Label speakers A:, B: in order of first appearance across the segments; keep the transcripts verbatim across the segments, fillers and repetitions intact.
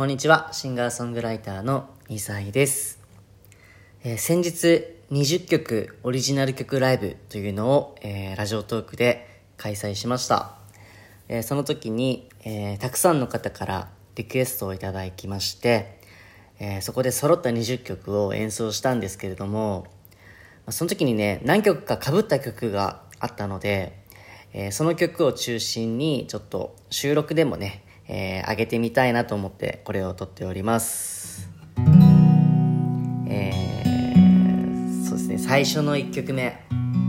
A: こんにちは。シンガーソングライターのにさいです。えー、先日にじゅっきょくオリジナル曲ライブというのを、えー、ラジオトークで開催しました。えー、その時に、えー、たくさんの方からリクエストをいただきまして、えー、そこで揃ったにじゅっきょくを演奏したんですけれども、その時にね、何曲か被った曲があったので、えー、その曲を中心にちょっと収録でもね、えー、上げてみたいなと思ってこれを撮っております。えー、そうですね、最初のいっきょくめ、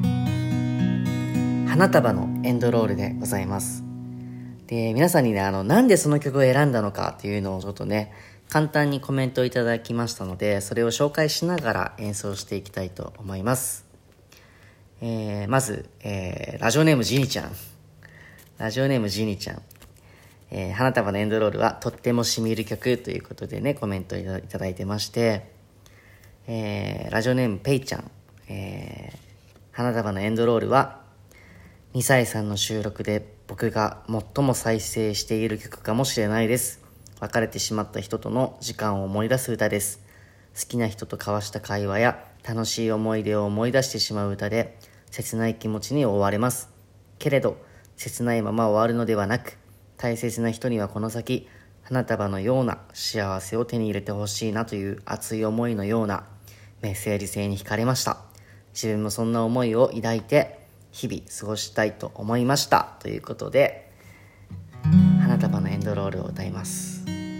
A: 花束のエンドロールでございます。で、皆さんにね、あのなんでその曲を選んだのかっていうのをちょっとね、簡単にコメントいただきましたので、それを紹介しながら演奏していきたいと思います。えー、まず、えー、ラジオネームジニちゃんラジオネームジニちゃん、えー、花束のエンドロールはとってもしみる曲ということでね、コメントいただいてまして、えー、ラジオネームペイちゃん、えー、花束のエンドロールはにさいさんの収録で僕が最も再生している曲かもしれないです。別れてしまった人との時間を思い出す歌です。好きな人と交わした会話や楽しい思い出を思い出してしまう歌で、切ない気持ちに覆われます。けれど切ないまま終わるのではなく、大切な人にはこの先花束のような幸せを手に入れてほしいなという熱い思いのようなメッセージ性に惹かれました。自分もそんな思いを抱いて日々過ごしたいと思いましたということで、花束のエンドロールを歌います。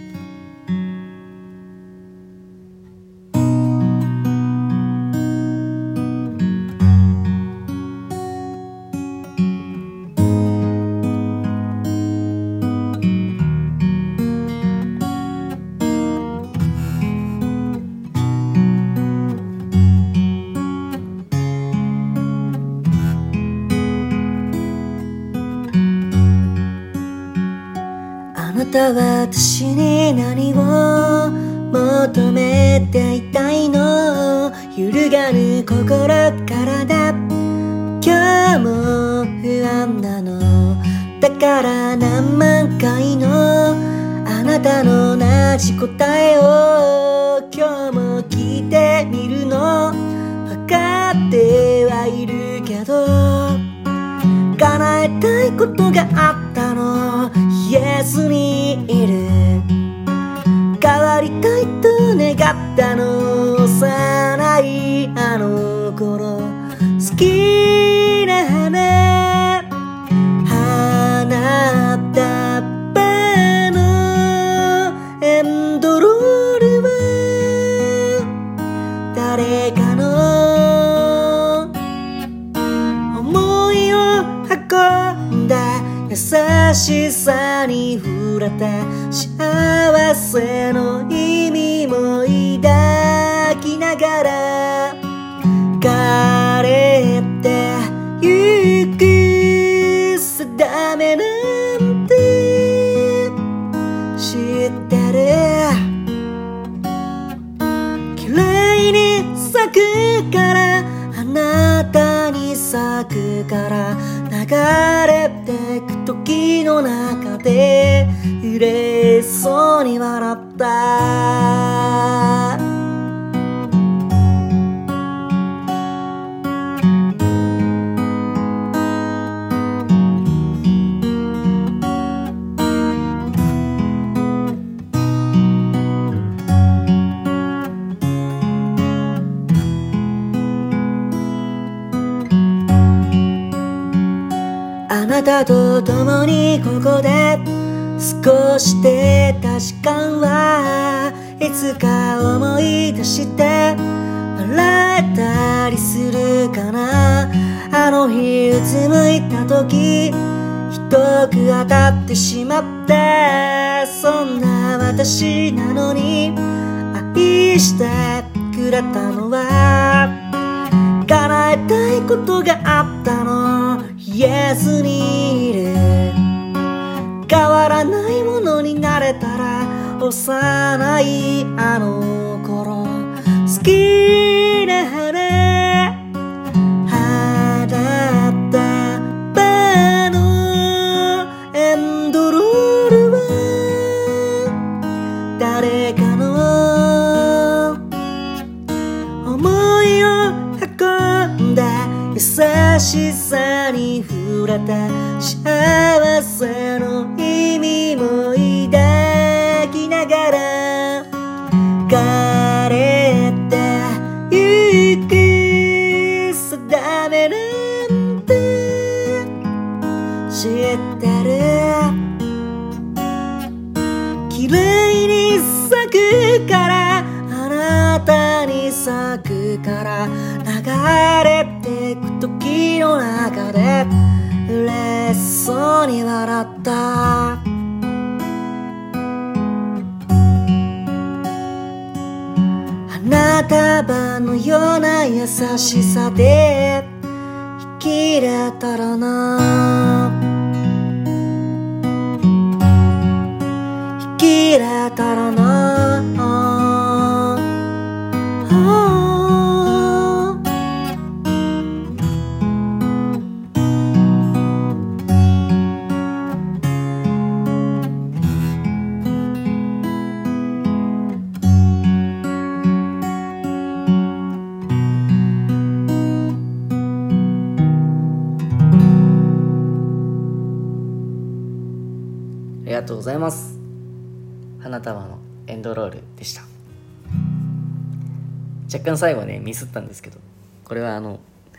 B: あなたは私に何を求めていたいの？揺るがぬ心からだ。今日も不安なの。だから何万回のあなたの同じ答えを今日も聞いてみるの。分かってはいるけど叶えたいことがあったの。言えずにいる。変わりたいと願ったの。幼いあの頃。好きな花花束のエンドロールは誰かの思いを運んだ。優しさに触れて幸せの意味も抱きながら枯れてゆく定めなんて知ってる。綺麗に咲くからあなたに咲くから流れてく時の中で嬉しそうに笑った。あなたと共にここで過ごしてた時間はいつか思い出して笑えたりするかな。あの日うつむいた時ひどく当たってしまった。そんな私なのに愛してくれたのは叶えたいことがあったの。言えずにいる。変わらないものになれたら幼いあの頃。好きな花花束のエンドロールはしさに触れた幸せの意味も抱きながら枯れてゆく定めなんて知ってる。綺麗に咲くからあなたに咲くから流れてく時の中で嬉しそうに笑った花束のような優しさで生きれたらな生きれたらな
A: ありがとうございます。花束のエンドロールでした。若干最後ねミスったんですけど、これはあの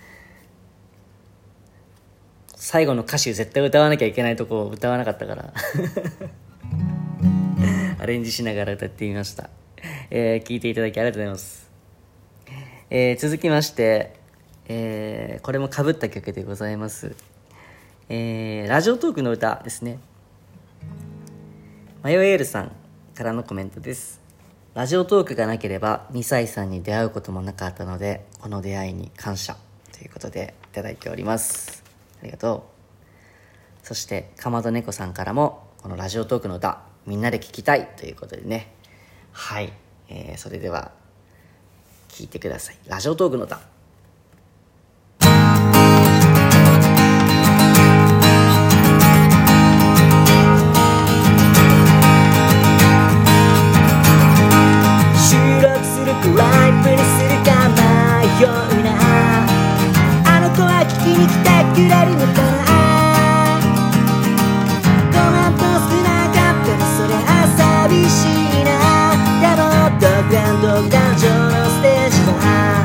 A: 最後の歌詞絶対歌わなきゃいけないとこを歌わなかったからアレンジしながら歌ってみました。えー、聞いていただきありがとうございます。えー、続きまして、えー、これも被った曲でございます。えー、ラジオトークの歌ですね。マヨエールさんからのコメントです。ラジオトークがなければにさいさんに出会うこともなかったので、この出会いに感謝ということでいただいております。ありがとう。そしてかまど猫さんからもこのラジオトークの歌みんなで聞きたいということでね。はい、えー、それでは聞いてください。ラジオトークの歌。ライブにするか迷うな、あの子は聞きに来てくれるのかな。コメント少なかったらそりゃ寂しいな。でもドッグアンドダンジョンのステージだ。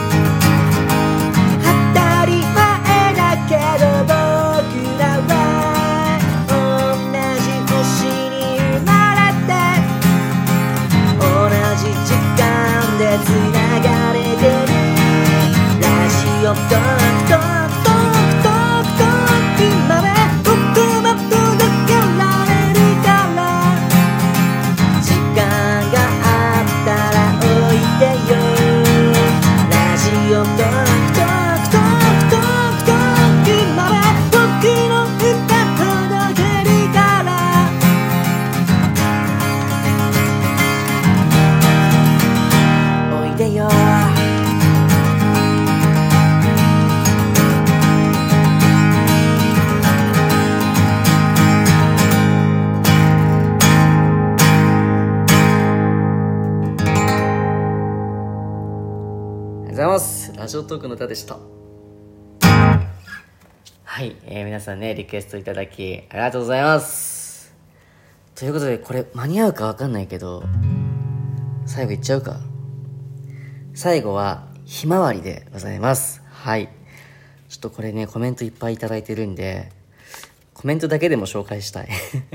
A: 当たり前だけど僕らは同じ星に生まれて同じ時間でつながれてる。ラジオトークトークトークトークトーク今は僕も届けられるから、時間があったらおいでよ。ラジオトークトークトークトークトーク今は僕の歌届けるから、おいでよ。ありがとうございます。ラジオトークの歌でした。はい、えー、皆さんねリクエストいただきありがとうございます。ということでこれ間に合うか分かんないけど最後いっちゃうか。最後はひまわりでございます。はい、ちょっとこれねコメントいっぱいいただいてるんでコメントだけでも紹介したい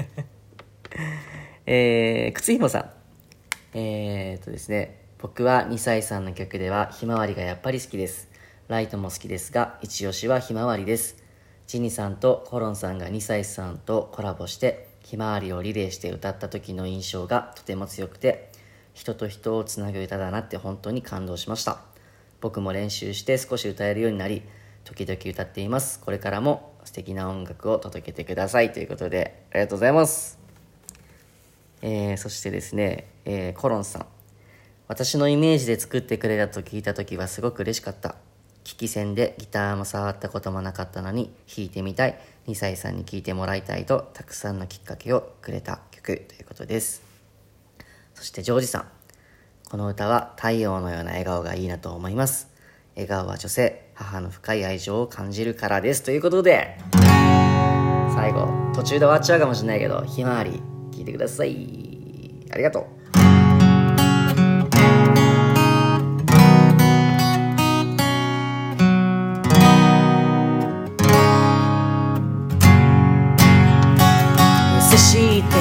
A: えー、くつひもさん、えーっとですね僕はにさいさんの曲ではひまわりがやっぱり好きです。ライトも好きですが一押しはひまわりです。ジニさんとコロンさんがにさいさんとコラボしてひまわりをリレーして歌った時の印象がとても強くて、人と人をつなぐ歌だなって本当に感動しました。僕も練習して少し歌えるようになり時々歌っています。これからも素敵な音楽を届けてくださいということでありがとうございます。えー、そしてですね、えー、コロンさん、私のイメージで作ってくれたと聞いた時はすごく嬉しかった。聞き線でギターも触ったこともなかったのに弾いてみたい、にさいさんに聴いてもらいたいとたくさんのきっかけをくれた曲ということです。そしてジョージさん、この歌は太陽のような笑顔がいいなと思います。笑顔は女性、 母の深い愛情を感じるからです。ということで、最後途中で終わっちゃうかもしれないけど、ひまわり聞いてください。ありがとう。
B: そして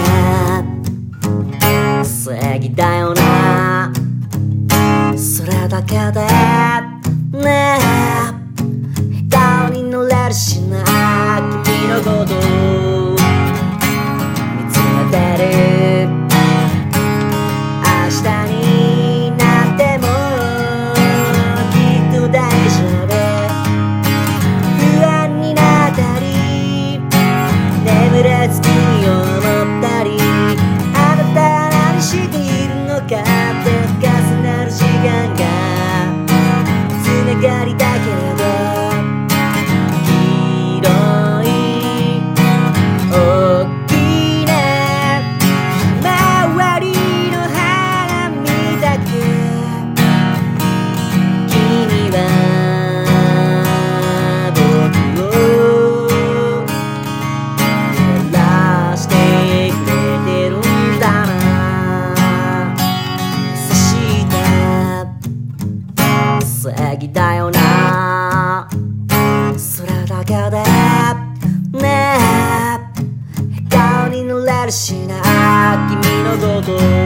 B: 正義だよな、それだけでね、笑顔に乗れるしな、君のこと見つめてる。明日になってもきっと大丈夫、不安になったり眠れず君を思ったり、あなたは何しているのかって重なる時間がつながりだけれど、広い大きなひまわりの花見だけ、君は僕を照らしてくれてるんだな。そして正義だよな、それだけでね、笑顔に乗れるしな、君のこと